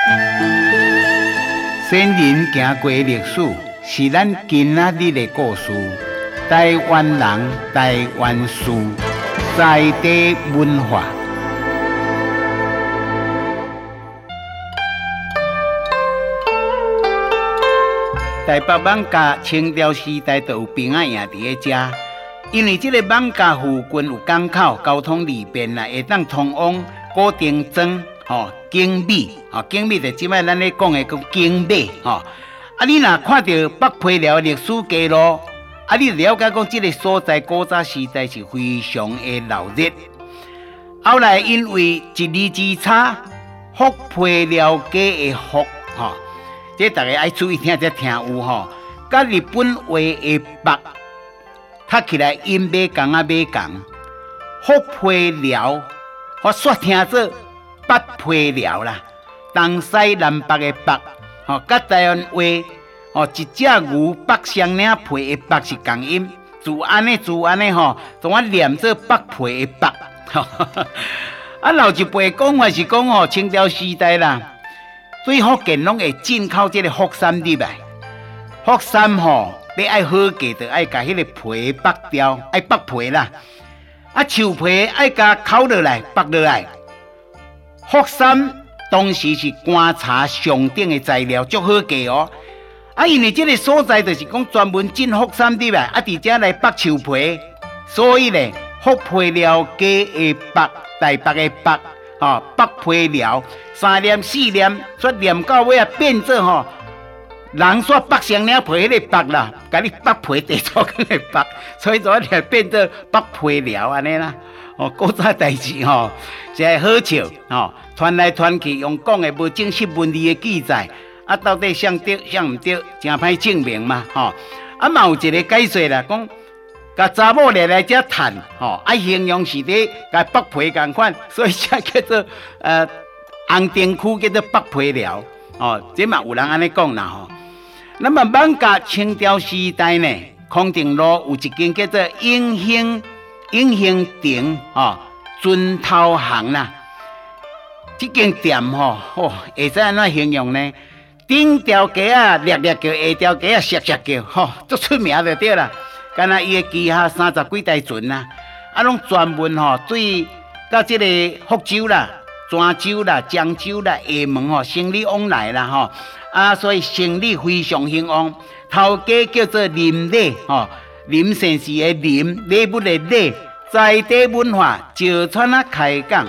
先人行过的历史，是咱今仔日的故事。台湾人，台湾事，在地文化。台北艋舺清朝时代就有兵仔赢伫个遮，因为这个艋舺附近有港口，交通利便啦，会当通往古丁庄、景美，景美就即摆咱咧讲的叫景美，你若看到北皮寮历史记录，你了解讲这个所在古早时代是非常的闹热。后来因为一字之差，福皮寮街的福，这大家爱注意听才听有甲日本话的北，读起来音马共啊马共，福皮寮，我煞听做北皮寮啦，东西南北的北，甲台湾话，一只牛北双领皮的北是共音，自安尼，从我念做北皮的北。老一辈讲法是讲清朝时代啦。对福建拢会进口这个福山入来，福山要爱好价，就爱甲迄个皮剥掉，爱剥皮啦。树皮爱甲烤落来，剥落来。福山当时是观察上等的材料，足好价哦。因为这个所在就是讲专门进福山入来，伫遮来剥树皮，所以咧福皮寮街的北，台北的北。北皮寮3念4念，说念到尾变做人煞北双领皮迄个北啦，甲你北皮地错讲的北，所以就变做北皮寮安尼啦。古早代志真好笑传来传去，用讲的无正式文字的记载，到底谁对谁唔对，真歹证明嘛嘛有一个解说啦，讲。甲查某来遮趁形容是伫甲北皮共款，所以才叫做红灯区叫做北皮寮这嘛有人安尼讲啦那么艋舺清朝时代呢，康定路有一间叫做永兴亭尊头行啦，这间店会使安怎形容呢？顶条街掠叫，下条街削叫，足出名就对啦。敢若伊的旗下30几台船啦，拢专门对到这个福州啦、泉州啦、漳州啦、厦门生意往来啦所以生意非常兴旺。头家叫做林礼林姓氏的林，礼物的礼，在地文化石川开讲。